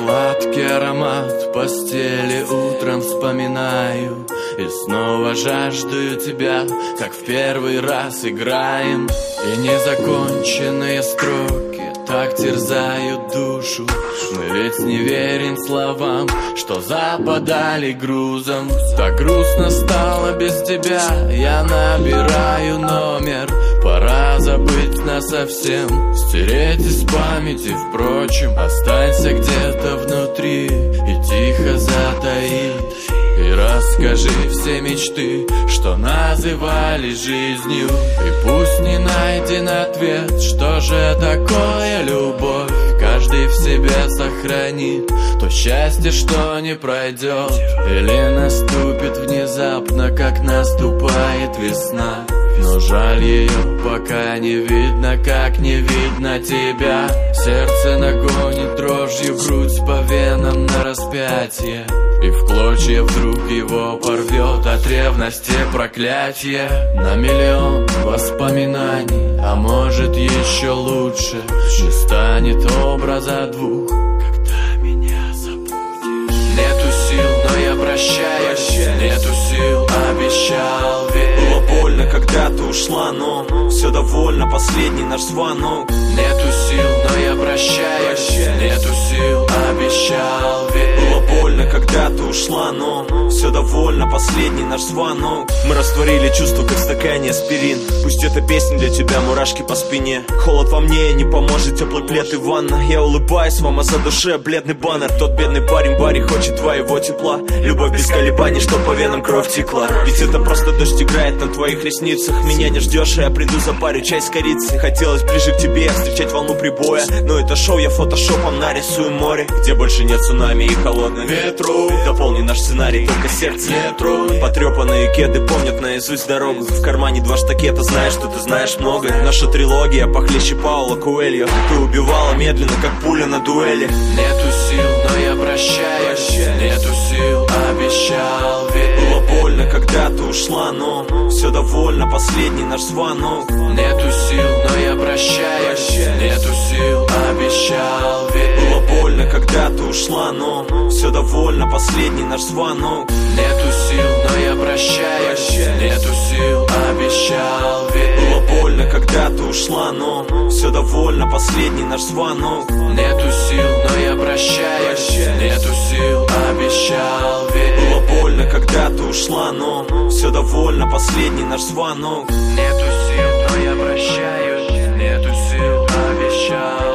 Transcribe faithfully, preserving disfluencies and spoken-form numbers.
Сладкий аромат постели утром вспоминаю, и снова жаждаю тебя, как в первый раз играем. И незаконченные строки так терзают душу. Мы ведь не верим словам, что западали грузом. Так грустно стало без тебя, я набираю номер. Пора забыть насовсем, стереть из памяти, впрочем. Останься где-то внутри и тихо затаись. И расскажи все мечты, что называли жизнью. И пусть не найден ответ, что же такое любовь. Каждый в себе сохранит то счастье, что не пройдет. Или наступит внезапно, как наступает весна. Но жаль ее пока не видно, как не видно тебя. Сердце нагонит дрожью грудь по венам на распятие. И в клочья вдруг его порвет от ревности проклятие. На миллион воспоминаний, а может еще лучше, не станет образа двух, когда меня забудешь. Нету сил, но я прощаюсь. Нету сил, обещал ведь. Было больно, когда ты ушла, но все довольно, последний наш звонок. Нету сил, но я прощаюсь. Нету сил, обещал ведь. Было больно, когда ты ушла, но все довольно, последний наш звонок. Мы растворили чувства, как в стакане аспирин. Пусть эта песня для тебя, мурашки по спине. Холод во мне не поможет, теплый плед и ванна. Я улыбаюсь вам, а за душе бледный баннер. Тот бедный парень в баре хочет твоего тепла. Любовь без колебаний, чтоб по венам кровь текла. Ведь это просто дождь играет на твоих ресницах. Меня не ждешь, а я приду за парю чай с корицей. Хотелось ближе к тебе, встречать волну прибоя. Но это шоу, я фотошопом нарисую море, где больше нет цунами и холодных ветров. Дополни наш сценарий, только сердце не тронь. Потрепанные кеды помнят наизусть дорогу. В кармане два штакета, знаешь, что ты знаешь много. Наша трилогия похлеще Паула Коэльо. Ты убивала медленно, как пуля на дуэли. Нету сил, но я прощаюсь. Нету сил, обещал ведь. Было больно, когда ты ушла, но все довольно, последний наш звонок. Нету сил, но я прощаюсь. Нету сил, обещал ведь. Было больно, когда ты ушла, но все довольно, последний наш звонок. Нету сил, но я прощаюсь. Нету сил, обещал ведь. Было больно, когда ты ушла, но все довольно, последний наш звонок. Нету сил, но я прощаюсь. Нету сил, обещал ведь. Было больно, когда ты ушла, но все довольно, последний наш звонок. Нету сил, но я прощаюсь. Нету сил, обещал.